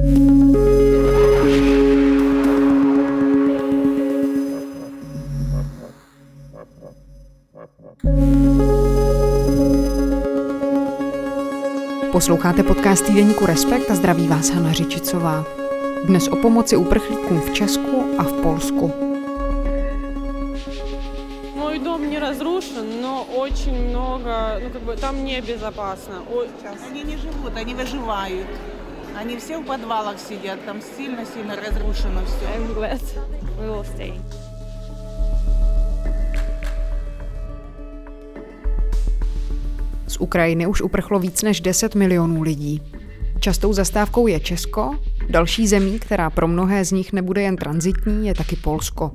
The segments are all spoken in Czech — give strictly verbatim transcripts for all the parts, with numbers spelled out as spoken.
Posloucháte podcast týdeníku Respekt a zdraví vás Hana Řičicová. Dnes o pomoci uprchlíkům v Česku a v Polsku. Мой дом не разрушен, но очень много, ну как бы там небезопасно. Они не живут, они выживают. Они все в подвалах сидят, там сильно-сильно разрушено все. I'm glad we will stay. Z Ukrajiny už uprchlo víc než deset milionů lidí. Častou zastávkou je Česko, další zemí, která pro mnohé z nich nebude jen tranzitní, je taky Polsko.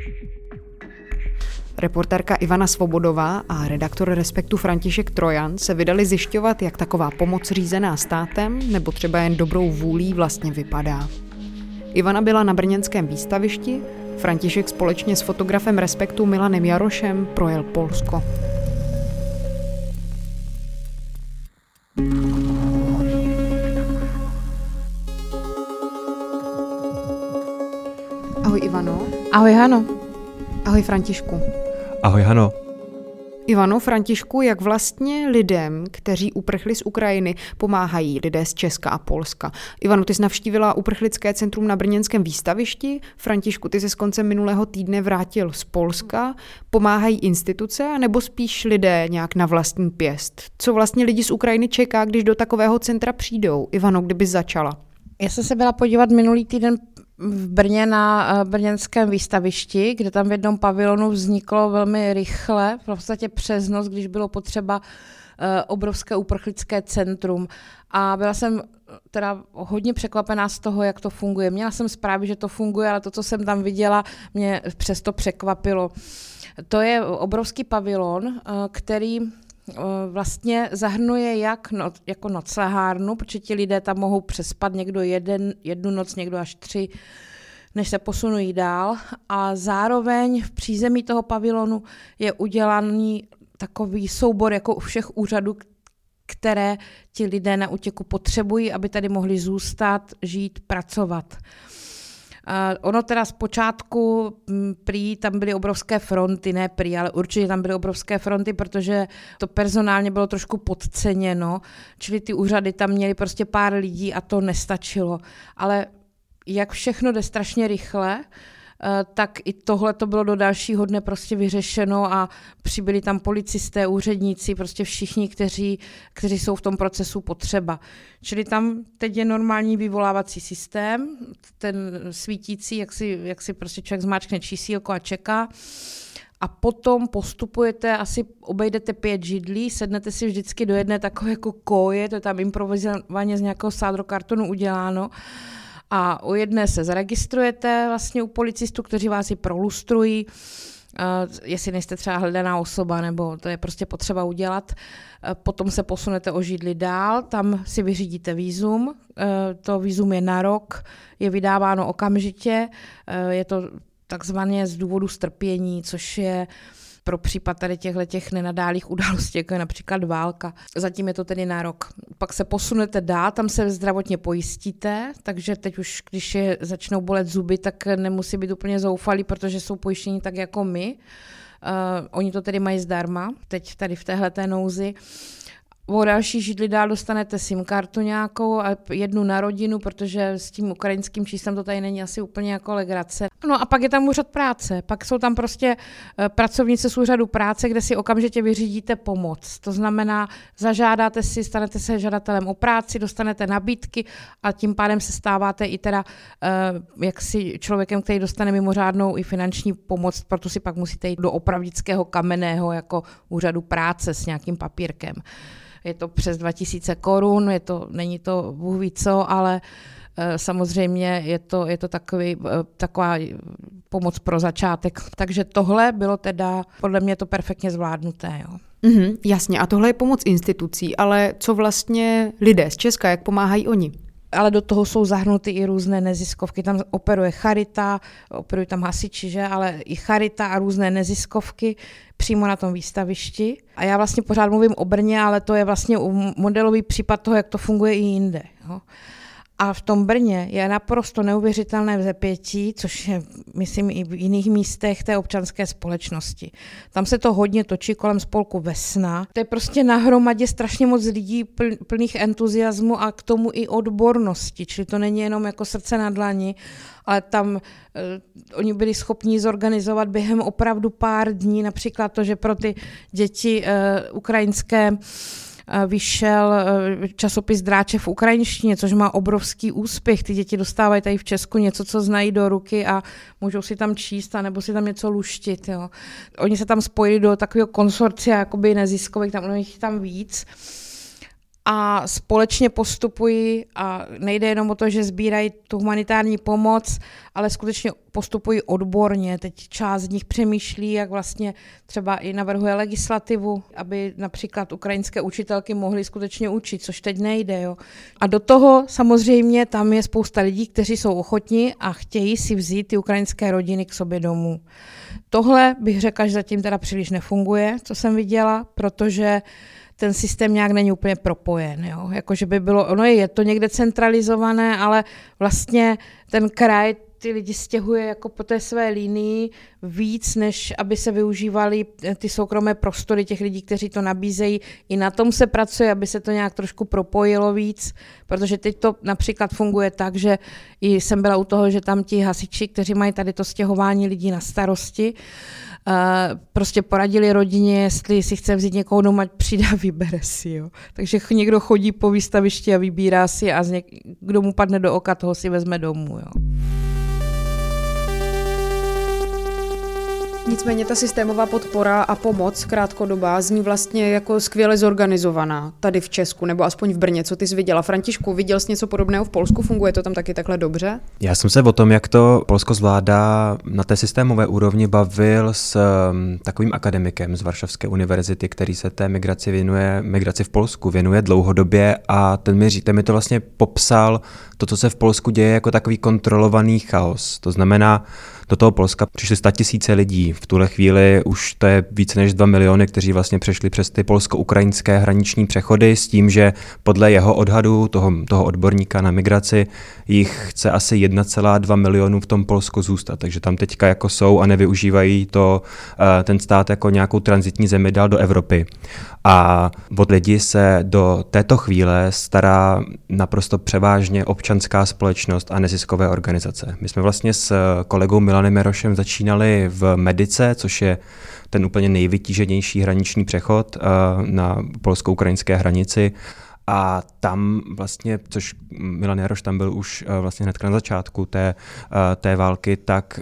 Reportérka Ivana Svobodová a redaktor Respektu František Trojan se vydali zjišťovat, jak taková pomoc řízená státem nebo třeba jen dobrou vůlí vlastně vypadá. Ivana byla na brněnském výstavišti, František společně s fotografem Respektu Milanem Jarošem projel Polsko. Ahoj Ivano. Ahoj Hano. Ahoj Františku. Ahoj Hano. Ivano, Františku, jak vlastně lidem, kteří uprchli z Ukrajiny, pomáhají lidé z Česka a Polska? Ivano, ty jsi navštívila uprchlické centrum na brněnském výstavišti. Františku, ty se s koncem minulého týdne vrátil z Polska. Pomáhají instituce, nebo spíš lidé nějak na vlastní pěst? Co vlastně lidi z Ukrajiny čeká, když do takového centra přijdou? Ivano, kdyby začala? Já jsem se byla podívat minulý týden v Brně na brněnském výstavišti, kde tam v jednom pavilonu vzniklo velmi rychle, v podstatě přes noc, když bylo potřeba obrovské uprchlické centrum. A byla jsem teda hodně překvapená z toho, jak to funguje. Měla jsem zprávy, že to funguje, ale to, co jsem tam viděla, mě přesto překvapilo. To je obrovský pavilon, který vlastně zahrnuje jak no, jako noclehárnu, protože ti lidé tam mohou přespat někdo jeden, jednu noc, někdo až tři, než se posunují dál. A zároveň v přízemí toho pavilonu je udělaný takový soubor jako u všech úřadů, které ti lidé na útěku potřebují, aby tady mohli zůstat, žít, pracovat. Uh, ono teda zpočátku m, prý tam byly obrovské fronty, ne prý, ale určitě tam byly obrovské fronty, protože to personálně bylo trošku podceněno, čili ty úřady tam měly prostě pár lidí a to nestačilo. Ale jak všechno jde strašně rychle, uh, tak i tohle to bylo do dalšího dne prostě vyřešeno a přibyli tam policisté, úředníci, prostě všichni, kteří, kteří jsou v tom procesu potřeba. Čili tam teď je normální vyvolávací systém, ten svítící, jak si, jak si prostě člověk zmáčkne čísílko a čeká. A potom postupujete, asi obejdete pět židlí, sednete si vždycky do jedné takové jako koje, to je tam improvizovaně z nějakého sádrokartonu uděláno. A u jedné se zaregistrujete vlastně u policistů, kteří vás ji prolustrují, Uh, jestli nejste třeba hledaná osoba, nebo to je prostě potřeba udělat. Uh, potom se posunete o židli dál, tam si vyřídíte vízum. Uh, to vízum je na rok, je vydáváno okamžitě, uh, je to takzvaně z důvodu strpění, což je pro případ tady těchto nenadálých událostí, jako je například válka. Zatím je to tedy na rok. Pak se posunete dál, tam se zdravotně pojistíte, takže teď už, když je začnou bolet zuby, tak nemusí být úplně zoufalí, protože jsou pojištění tak jako my. Uh, oni to tedy mají zdarma, teď tady v téhleté nouzi. O další židli dál dostanete SIM kartu nějakou a jednu na rodinu, protože s tím ukrajinským číslem to tady není asi úplně jako legrace. No a pak je tam úřad práce, pak jsou tam prostě pracovníci z úřadu práce, kde si okamžitě vyřídíte pomoc. To znamená, zažádáte si, stanete se žadatelem o práci, dostanete nabídky a tím pádem se stáváte i teda jaksi člověkem, který dostane mimořádnou i finanční pomoc, proto si pak musíte jít do opravdického kamenného jako úřadu práce s nějakým papírkem. Je to přes dva tisíce korun, je to, není to bůh ví co, ale e, samozřejmě je to, je to takový, e, taková pomoc pro začátek. Takže tohle bylo teda podle mě to perfektně zvládnuté. Jo. Mm-hmm, jasně, a tohle je pomoc institucí, ale co vlastně lidé z Česka, jak pomáhají oni? Ale do toho jsou zahrnuty i různé neziskovky. Tam operuje Charita, operují tam hasiči, že? Ale i Charita a různé neziskovky přímo na tom výstavišti. A já vlastně pořád mluvím o Brně, ale to je vlastně modelový případ toho, jak to funguje i jinde. Jo? A v tom Brně je naprosto neuvěřitelné vzepětí, což je, myslím, i v jiných místech té občanské společnosti. Tam se to hodně točí kolem spolku Vesna. To je prostě nahromadě strašně moc lidí pl- plných entuziasmu a k tomu i odbornosti. Čili to není jenom jako srdce na dlani, ale tam eh, oni byli schopni zorganizovat během opravdu pár dní, například to, že pro ty děti eh, ukrajinské vyšel časopis Dráče v ukrajinštině, což má obrovský úspěch. Ty děti dostávají tady v Česku něco, co znají do ruky a můžou si tam číst a nebo si tam něco luštit. Jo. Oni se tam spojili do takového konsorcia jakoby neziskových, tam jich tam víc. A společně postupují a nejde jenom o to, že sbírají tu humanitární pomoc, ale skutečně postupují odborně. Teď část z nich přemýšlí, jak vlastně třeba i navrhuje legislativu, aby například ukrajinské učitelky mohly skutečně učit, což teď nejde. Jo. A do toho samozřejmě tam je spousta lidí, kteří jsou ochotní a chtějí si vzít ty ukrajinské rodiny k sobě domů. Tohle bych řekla, že zatím teda příliš nefunguje, co jsem viděla, protože ten systém nějak není úplně propojen. Jo? Jako, že by bylo, ono je, je to někde centralizované, ale vlastně ten kraj ty lidi stěhuje jako po té své linii víc, než aby se využívaly ty soukromé prostory těch lidí, kteří to nabízejí. I na tom se pracuje, aby se to nějak trošku propojilo víc, protože teď to například funguje tak, že i jsem byla u toho, že tam ti hasiči, kteří mají tady to stěhování lidí na starosti, Uh, prostě poradili rodině, jestli si chce vzít někoho doma, ať přijde a vybere si. Jo. Takže někdo chodí po výstavišti a vybírá si a něk- kdo mu padne do oka, toho si vezme domů. Jo. Nicméně ta systémová podpora a pomoc krátkodobá zní vlastně jako skvěle zorganizovaná tady v Česku, nebo aspoň v Brně. Co ty jsi viděla? Františku, viděl jsi něco podobného v Polsku? Funguje to tam taky takhle dobře? Já jsem se o tom, jak to Polsko zvládá na té systémové úrovni, bavil s um, takovým akademikem z Varšavské univerzity, který se té migraci věnuje, migraci v Polsku věnuje dlouhodobě a ten mi, ten mi to vlastně popsal, to, co se v Polsku děje, jako takový kontrolovaný chaos. To znamená, do toho Polska přišli statisíce lidí. V tuhle chvíli už to je více než dva miliony, kteří vlastně přešli přes ty polsko-ukrajinské hraniční přechody s tím, že podle jeho odhadu, toho, toho odborníka na migraci, jich chce asi jedna celá dva milionu v tom Polsku zůstat. Takže tam teďka jako jsou a nevyužívají to ten stát jako nějakou tranzitní zemi dál do Evropy. A od lidi se do této chvíle stará naprosto převážně občanská společnost a neziskové organizace. My jsme vlastně s kolegou Milanem Jarošem začínali v Medice, což je ten úplně nejvytíženější hraniční přechod na polsko-ukrajinské hranici. A tam vlastně, což Milan Jaroš tam byl už vlastně hned na začátku té, té války, tak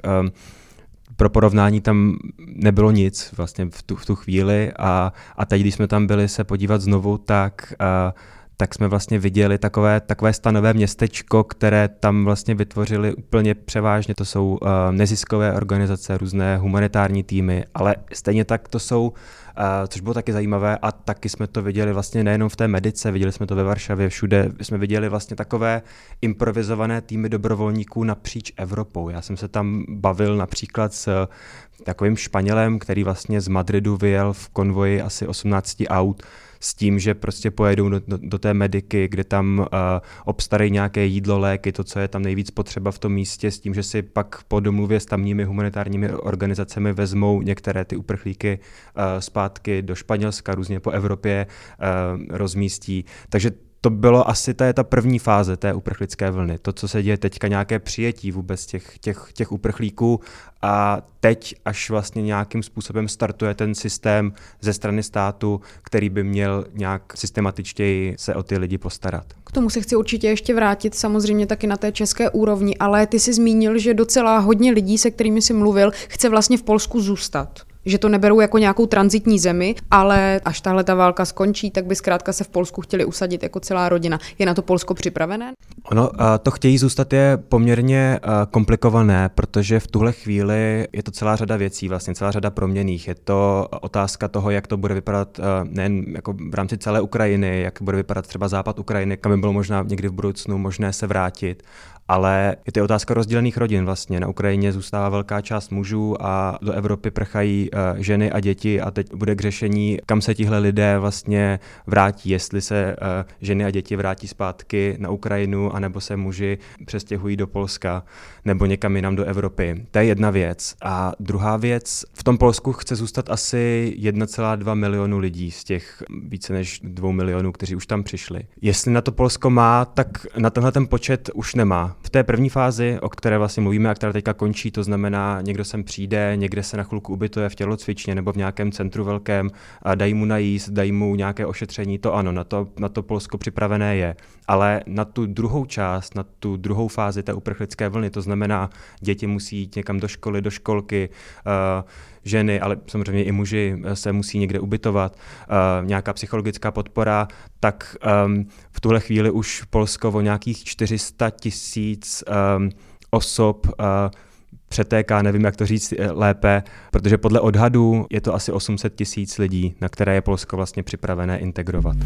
pro porovnání tam nebylo nic vlastně v tu, v tu chvíli a, a teď, když jsme tam byli se podívat znovu, tak, a, tak jsme vlastně viděli takové, takové stanové městečko, které tam vlastně vytvořili úplně převážně. To jsou uh, neziskové organizace, různé humanitární týmy, ale stejně tak to jsou, uh, což bylo taky zajímavé a taky jsme to viděli vlastně nejenom v té Medice, viděli jsme to ve Varšavě, všude jsme viděli vlastně takové improvizované týmy dobrovolníků napříč Evropou. Já jsem se tam bavil například s takovým Španělem, který vlastně z Madridu vyjel v konvoji asi osmnáct aut, s tím, že prostě pojedou do, do, do té mediky, kde tam uh, obstarají nějaké jídlo, léky, to, co je tam nejvíc potřeba v tom místě, s tím, že si pak po domluvě s tamními humanitárními organizacemi vezmou některé ty uprchlíky uh, zpátky do Španělska, různě po Evropě uh, rozmístí. Takže to bylo asi ta, ta první fáze té uprchlické vlny. To, co se děje teďka, nějaké přijetí vůbec těch, těch, těch uprchlíků a teď až vlastně nějakým způsobem startuje ten systém ze strany státu, který by měl nějak systematičtěji se o ty lidi postarat. K tomu se chci určitě ještě vrátit, samozřejmě taky na té české úrovni, ale ty jsi zmínil, že docela hodně lidí, se kterými jsi mluvil, chce vlastně v Polsku zůstat. Že to neberou jako nějakou tranzitní zemi, ale až tahle ta válka skončí, tak by zkrátka se v Polsku chtěli usadit jako celá rodina. Je na to Polsko připravené? Ono, to chtějí zůstat je poměrně komplikované, protože v tuhle chvíli je to celá řada věcí, vlastně celá řada proměnných. Je to otázka toho, jak to bude vypadat nejen jako v rámci celé Ukrajiny, jak bude vypadat třeba západ Ukrajiny, kam by bylo možná někdy v budoucnu možné se vrátit. ale je to otázka rozdělených rodin vlastně. Na Ukrajině zůstává velká část mužů a do Evropy prchají uh, ženy a děti a teď bude k řešení, kam se tihle lidé vlastně vrátí, jestli se uh, ženy a děti vrátí zpátky na Ukrajinu, anebo se muži přestěhují do Polska nebo někam jinam do Evropy. To je jedna věc. A druhá věc, v tom Polsku chce zůstat asi jedna celá dva milionu lidí z těch více než dvou milionů, kteří už tam přišli. Jestli na to Polsko má, tak na tenhle ten počet už nemá. V té první fázi, o které vlastně mluvíme a která teďka končí, to znamená, někdo sem přijde, někde se na chvilku ubytuje v tělocvičně nebo v nějakém centru velkém, a dají mu najíst, dají mu nějaké ošetření, to ano, na to, na to Polsko připravené je. Ale na tu druhou část, na tu druhou fázi té uprchlické vlny, to znamená, děti musí jít někam do školy, do školky, uh, ženy, ale samozřejmě i muži se musí někde ubytovat, uh, nějaká psychologická podpora, tak um, v tuhle chvíli už Polsko o nějakých čtyři sta tisíc um, osob uh, přetéká, nevím, jak to říct lépe, protože podle odhadů je to asi osm set tisíc lidí, na které je Polsko vlastně připravené integrovat.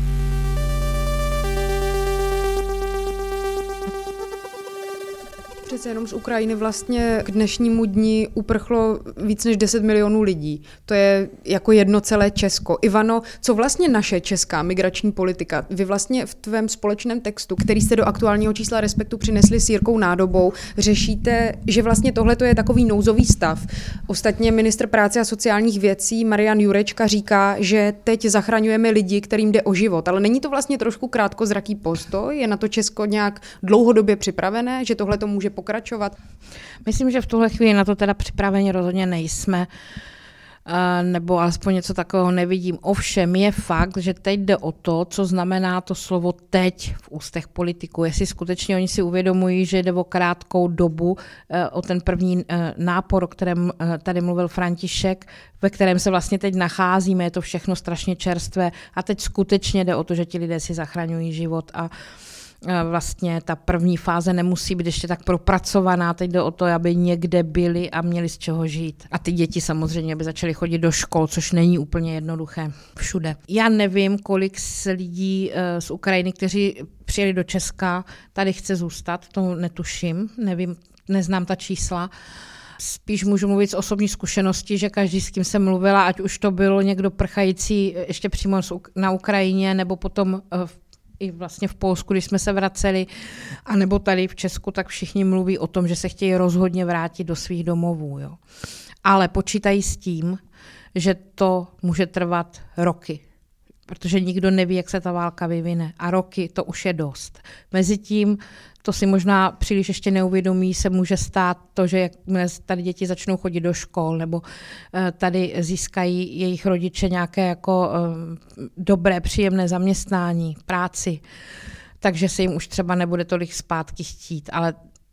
Přece jenom z Ukrajiny vlastně k dnešnímu dni uprchlo víc než deset milionů lidí. To je jako jedno celé Česko. Ivano, co vlastně naše česká migrační politika? Vy vlastně v tvém společném textu, který jste do aktuálního čísla Respektu přinesli s Jirkou Nádobou, řešíte, že vlastně tohle je takový nouzový stav. Ostatně ministr práce a sociálních věcí Marian Jurečka říká, že teď zachraňujeme lidi, kterým jde o život. Ale není to vlastně trošku krátkozraký postoj? Je na to Česko nějak dlouhodobě připravené, že tohle to může pokračovat? Myslím, že v tuhle chvíli na to teda připraveni rozhodně nejsme, nebo alespoň něco takového nevidím. Ovšem je fakt, že teď jde o to, co znamená to slovo teď v ústech politiků. Jestli skutečně oni si uvědomují, že jde o krátkou dobu, o ten první nápor, o kterém tady mluvil František, ve kterém se vlastně teď nacházíme, je to všechno strašně čerstvé a teď skutečně jde o to, že ti lidé si zachraňují život a vlastně ta první fáze nemusí být ještě tak propracovaná, teď jde o to, aby někde byli a měli z čeho žít. A ty děti samozřejmě by začaly chodit do škol, což není úplně jednoduché všude. Já nevím, kolik z lidí z Ukrajiny, kteří přijeli do Česka, tady chce zůstat, to netuším, nevím, neznám ta čísla. Spíš můžu mluvit z osobní zkušenosti, že každý, s kým jsem mluvila, ať už to bylo někdo prchající ještě přímo na Ukrajině, nebo potom v i vlastně v Polsku, když jsme se vraceli, anebo tady v Česku, tak všichni mluví o tom, že se chtějí rozhodně vrátit do svých domovů. Jo. Ale počítají s tím, že to může trvat roky, protože nikdo neví, jak se ta válka vyvine. A roky to už je dost. Mezitím, to si možná příliš ještě neuvědomí, se může stát to, že jakmile tady děti začnou chodit do škol, nebo tady získají jejich rodiče nějaké jako dobré, příjemné zaměstnání, práci, takže se jim už třeba nebude tolik zpátky chtít. Ale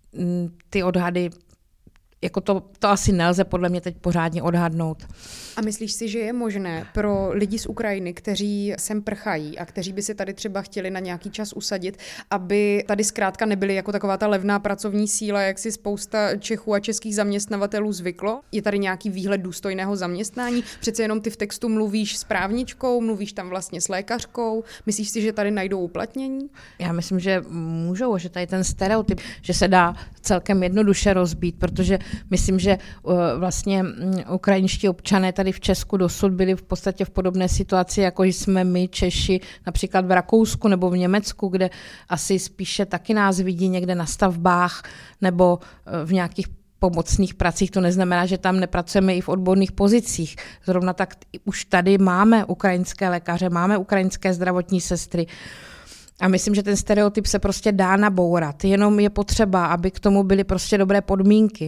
ty odhady, jako to, to asi nelze podle mě teď pořádně odhadnout. A myslíš si, že je možné pro lidi z Ukrajiny, kteří sem prchají a kteří by se tady třeba chtěli na nějaký čas usadit, aby tady zkrátka nebyly jako taková ta levná pracovní síla, jak si spousta Čechů a českých zaměstnavatelů zvyklo? Je tady nějaký výhled důstojného zaměstnání? Přece jenom ty v textu mluvíš s právničkou, mluvíš tam vlastně s lékařkou. Myslíš si, že tady najdou uplatnění? Já myslím, že můžou, že tady ten stereotyp, že se dá celkem jednoduše rozbít, protože myslím, že uh, vlastně um, ukrajinští občané tady v Česku dosud byli v podstatě v podobné situaci, jako jsme my Češi, například v Rakousku nebo v Německu, kde asi spíše taky nás vidí někde na stavbách nebo uh, v nějakých pomocných pracích. To neznamená, že tam nepracujeme i v odborných pozicích. Zrovna tak už tady máme ukrajinské lékaře, máme ukrajinské zdravotní sestry. A myslím, že ten stereotyp se prostě dá nabourat. Jenom je potřeba, aby k tomu byly prostě dobré podmínky.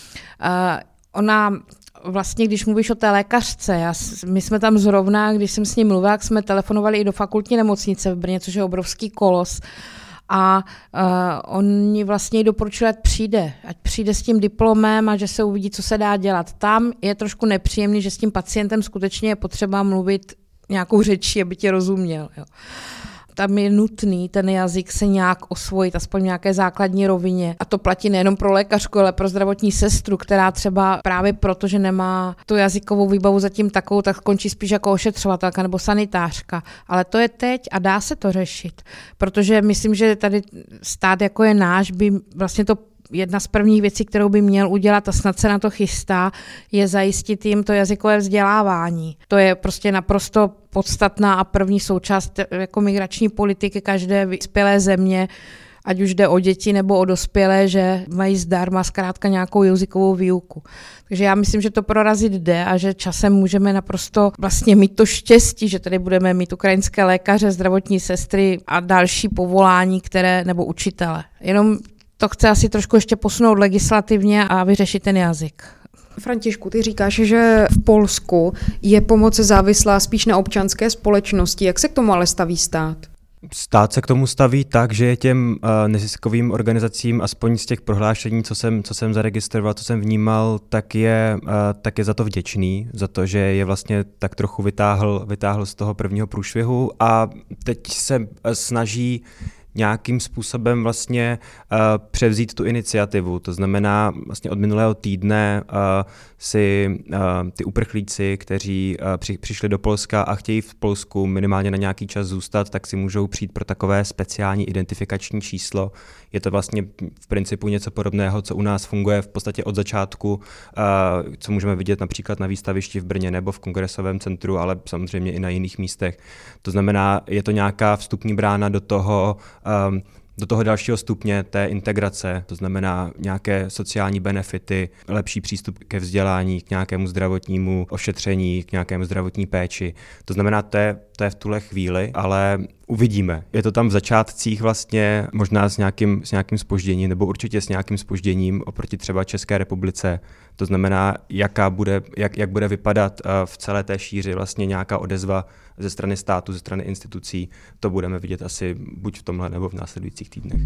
Uh, ona vlastně, když mluvíš o té lékařce, já, my jsme tam zrovna, když jsem s ní mluvila, jak jsme telefonovali i do fakultní nemocnice v Brně, což je obrovský kolos. A uh, oni vlastně jí doporučili, ať přijde, ať přijde s tím diplomem a že se uvidí, co se dá dělat. Tam je trošku nepříjemný, že s tím pacientem skutečně je potřeba mluvit nějakou řečí, aby tě rozuměl. Jo. tam je nutný ten jazyk se nějak osvojit, aspoň v nějaké základní rovině. A to platí nejenom pro lékařku, ale pro zdravotní sestru, která třeba právě proto, že nemá tu jazykovou výbavu zatím takovou, tak končí spíš jako ošetřovatelka nebo sanitářka. Ale to je teď a dá se to řešit. Protože myslím, že tady stát jako je náš, by vlastně to jedna z prvních věcí, kterou by měl udělat a snad se na to chystá, je zajistit jim to jazykové vzdělávání. To je prostě naprosto podstatná a první součást jako migrační politiky každé vyspělé země, ať už jde o děti nebo o dospělé, že mají zdarma zkrátka nějakou jazykovou výuku. Takže já myslím, že to prorazit jde a že časem můžeme naprosto vlastně mít to štěstí, že tady budeme mít ukrajinské lékaře, zdravotní sestry a další povolání, které, nebo učitele. Jenom to chce asi trošku ještě posunout legislativně a vyřešit ten jazyk. Františku, ty říkáš, že v Polsku je pomoc závislá spíš na občanské společnosti. Jak se k tomu ale staví stát? Stát se k tomu staví tak, že je těm uh, neziskovým organizacím, aspoň z těch prohlášení, co jsem, co jsem zaregistroval, co jsem vnímal, tak je, uh, tak je za to vděčný, za to, že je vlastně tak trochu vytáhl, vytáhl z toho prvního průšvihu a teď se uh, snaží nějakým způsobem vlastně uh, převzít tu iniciativu. To znamená, vlastně od minulého týdne uh, si uh, ty uprchlíci, kteří uh, při, přišli do Polska a chtějí v Polsku minimálně na nějaký čas zůstat, tak si můžou přijít pro takové speciální identifikační číslo. Je to vlastně v principu něco podobného, co u nás funguje v podstatě od začátku, uh, co můžeme vidět například na výstavišti v Brně nebo v kongresovém centru, ale samozřejmě i na jiných místech. To znamená, je to nějaká vstupní brána do toho, um, do toho dalšího stupně té integrace, to znamená nějaké sociální benefity, lepší přístup ke vzdělání, k nějakému zdravotnímu ošetření, k nějakému zdravotní péči. To znamená, to je, to je v tuhle chvíli, ale uvidíme. Je to tam v začátcích vlastně možná s nějakým, s nějakým zpožděním, nebo určitě s nějakým zpožděním oproti třeba České republice. To znamená, jaká bude, jak, jak bude vypadat v celé té šíři vlastně nějaká odezva ze strany státu, ze strany institucí. To budeme vidět asi buď v tomhle, nebo v následujících týdnech.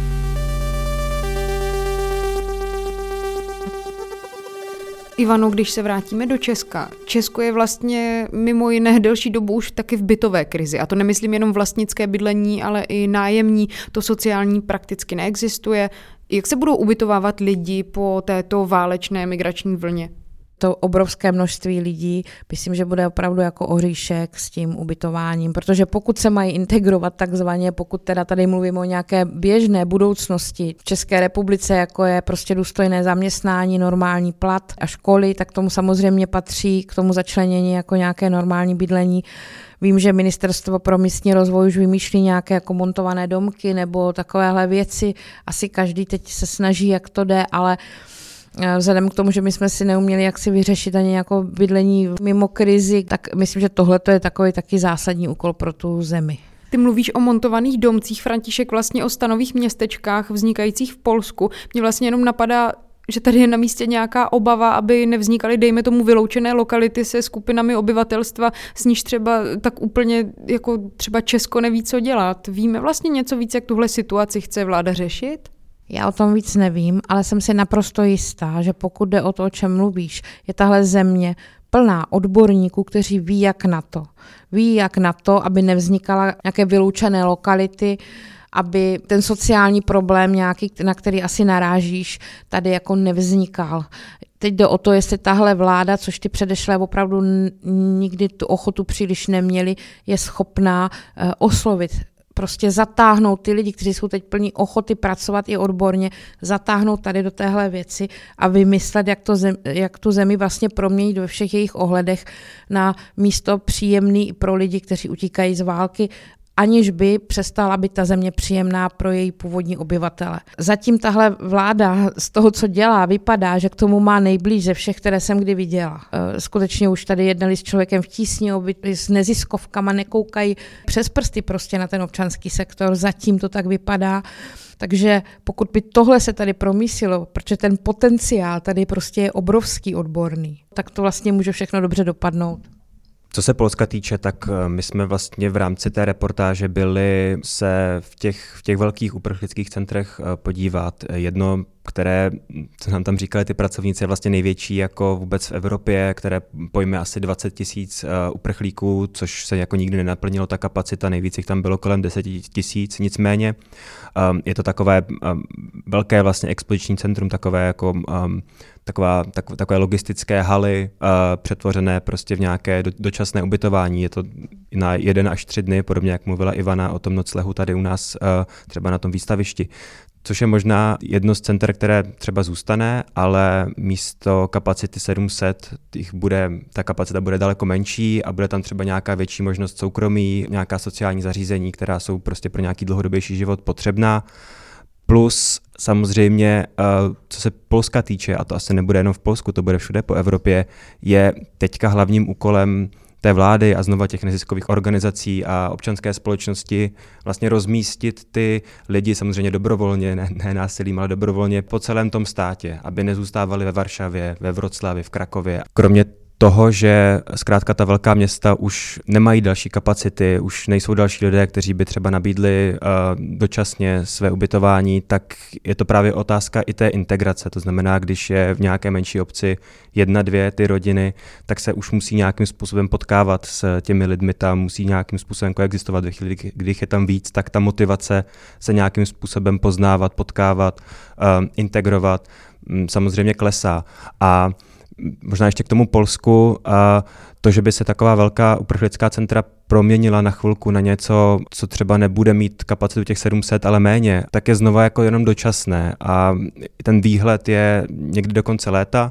Ivano, když se vrátíme do Česka, Česko je vlastně mimo jiné delší dobu už taky v bytové krizi. A to nemyslím jenom vlastnické bydlení, ale i nájemní. To sociální prakticky neexistuje. Jak se budou ubytovávat lidi po této válečné migrační vlně? To obrovské množství lidí, myslím, že bude opravdu jako oříšek s tím ubytováním, protože pokud se mají integrovat takzvaně, pokud teda tady mluvíme o nějaké běžné budoucnosti v České republice, jako je prostě důstojné zaměstnání, normální plat a školy, tak tomu samozřejmě patří k tomu začlenění jako nějaké normální bydlení. Vím, že Ministerstvo pro místní rozvoj už vymýšlí nějaké jako montované domky nebo takovéhle věci. Asi každý teď se snaží, jak to jde, ale vzhledem k tomu, že my jsme si neuměli jak si vyřešit ani jako bydlení mimo krizi, tak myslím, že tohle je takový taky zásadní úkol pro tu zemi. Ty mluvíš o montovaných domcích, František, vlastně o stanových městečkách vznikajících v Polsku. Mně vlastně jenom napadá, že tady je na místě nějaká obava, aby nevznikaly, dejme tomu, vyloučené lokality se skupinami obyvatelstva, s níž třeba tak úplně jako třeba Česko neví, co dělat. Víme vlastně něco víc, jak tuhle situaci chce vláda řešit? Já o tom víc nevím, ale jsem si naprosto jistá, že pokud jde o to, o čem mluvíš, je tahle země plná odborníků, kteří ví, jak na to. Ví, jak na to, aby nevznikaly nějaké vyloučené lokality, aby ten sociální problém nějaký, na který asi narážíš, tady jako nevznikal. Teď jde o to, jestli tahle vláda, což ty předešlé opravdu nikdy tu ochotu příliš neměli, je schopná uh, oslovit, prostě zatáhnout ty lidi, kteří jsou teď plní ochoty pracovat i odborně, zatáhnout tady do téhle věci a vymyslet, jak, to zem, jak tu zemi vlastně proměnit ve všech jejich ohledech na místo příjemný pro lidi, kteří utíkají z války, aniž by přestala být ta země příjemná pro její původní obyvatele. Zatím tahle vláda z toho, co dělá, vypadá, že k tomu má nejblíž ze všech, které jsem kdy viděla. Skutečně už tady jednali s člověkem v tísni, s neziskovkama, nekoukají přes prsty prostě na ten občanský sektor. Zatím to tak vypadá. Takže pokud by tohle se tady promísilo, protože ten potenciál tady prostě je obrovský odborný, tak to vlastně může všechno dobře dopadnout. Co se Polska týče, tak my jsme vlastně v rámci té reportáže byli se v těch, v těch velkých uprchlických centrech podívat. Jedno které, co nám tam říkali ty pracovníci, je vlastně největší jako vůbec v Evropě, které pojme asi dvacet tisíc uh, uprchlíků, což se jako nikdy nenaplnilo, ta kapacita, nejvíc jich tam bylo kolem deset tisíc, nicméně um, je to takové um, velké vlastně expoziční centrum, takové jako um, Taková, tak, takové logistické haly uh, přetvořené prostě v nějaké do, dočasné ubytování. Je to na jeden až tři dny, podobně jak mluvila Ivana o tom noclehu tady u nás uh, třeba na tom výstavišti. Což je možná jedno z center, které třeba zůstane, ale místo kapacity sedm set těch bude, ta kapacita bude daleko menší a bude tam třeba nějaká větší možnost soukromí, nějaká sociální zařízení, která jsou prostě pro nějaký dlouhodobější život potřebná. Plus samozřejmě, co se Polska týče, a to asi nebude jenom v Polsku, to bude všude po Evropě, je teďka hlavním úkolem té vlády a znova těch neziskových organizací a občanské společnosti vlastně rozmístit ty lidi samozřejmě dobrovolně, ne, ne násilím, ale dobrovolně po celém tom státě, aby nezůstávali ve Varšavě, ve Vroclavi, v Krakově. Kromě toho, že zkrátka ta velká města už nemají další kapacity, už nejsou další lidé, kteří by třeba nabídli uh, dočasně své ubytování, tak je to právě otázka i té integrace. To znamená, když je v nějaké menší obci jedna, dvě ty rodiny, tak se už musí nějakým způsobem potkávat s těmi lidmi tam, musí nějakým způsobem koexistovat. Ve chvíli, když je tam víc, tak ta motivace se nějakým způsobem poznávat, potkávat, uh, integrovat um, samozřejmě klesá. A možná ještě k tomu Polsku, a to, že by se taková velká uprchlická centra proměnila na chvilku na něco, co třeba nebude mít kapacitu těch sedm set, ale méně, tak je znova jako jenom dočasné a ten výhled je někdy do konce léta,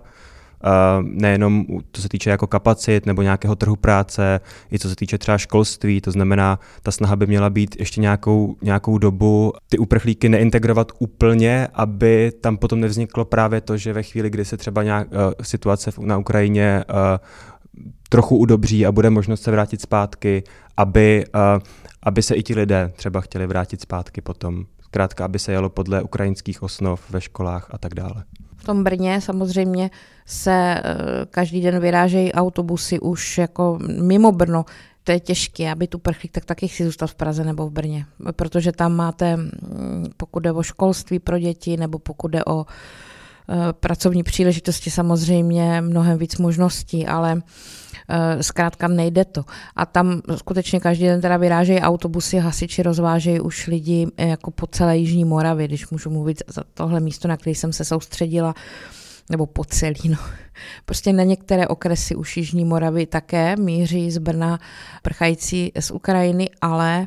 nejenom to se týče jako kapacit nebo nějakého trhu práce, i co se týče třeba školství, to znamená, ta snaha by měla být ještě nějakou, nějakou dobu ty uprchlíky neintegrovat úplně, aby tam potom nevzniklo právě to, že ve chvíli, kdy se třeba nějak uh, situace na Ukrajině uh, trochu udobří a bude možnost se vrátit zpátky, aby, uh, aby se i ti lidé třeba chtěli vrátit zpátky potom. Zkrátka, aby se jelo podle ukrajinských osnov ve školách a tak dále. V tom Brně samozřejmě se každý den vyrážejí autobusy už jako mimo Brno. To je těžké, aby tu uprchlík, tak taky chci zůstat v Praze nebo v Brně, protože tam máte, pokud jde o školství pro děti nebo pokud jde o pracovní příležitosti, samozřejmě mnohem víc možností, ale zkrátka nejde to. A tam skutečně každý den teda vyrážejí autobusy, hasiči rozvážejí už lidi jako po celé Jižní Moravě, když můžu mluvit za tohle místo, na které jsem se soustředila, nebo po celý, no. Prostě na některé okresy už Jižní Moravy také míří z Brna prchající z Ukrajiny, ale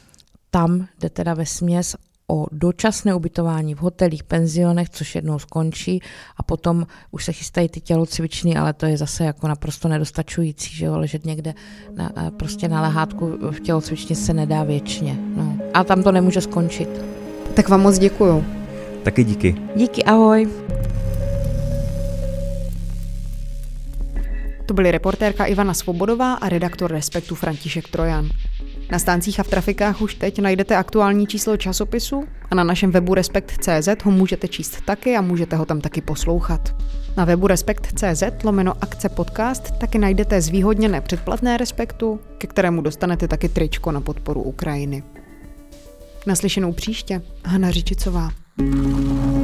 tam jde teda vesměs o dočasné ubytování v hotelích, penzionech, což jednou skončí a potom už se chystají ty tělocvičny, ale to je zase jako naprosto nedostačující, že jo, ležet někde na, prostě na lehátku v tělocvičně se nedá věčně. No. A tam to nemůže skončit. Tak vám moc děkuju. Taky díky. Díky, ahoj. To byly reportérka Ivana Svobodová a redaktor Respektu František Trojan. Na stáncích a v trafikách už teď najdete aktuální číslo časopisu a na našem webu respekt tečka cé zet ho můžete číst taky a můžete ho tam taky poslouchat. Na webu respekt tečka cé zet lomeno akce podcast taky najdete zvýhodněné předplatné Respektu, ke kterému dostanete taky tričko na podporu Ukrajiny. Naslyšenou příště, Hana Řičicová.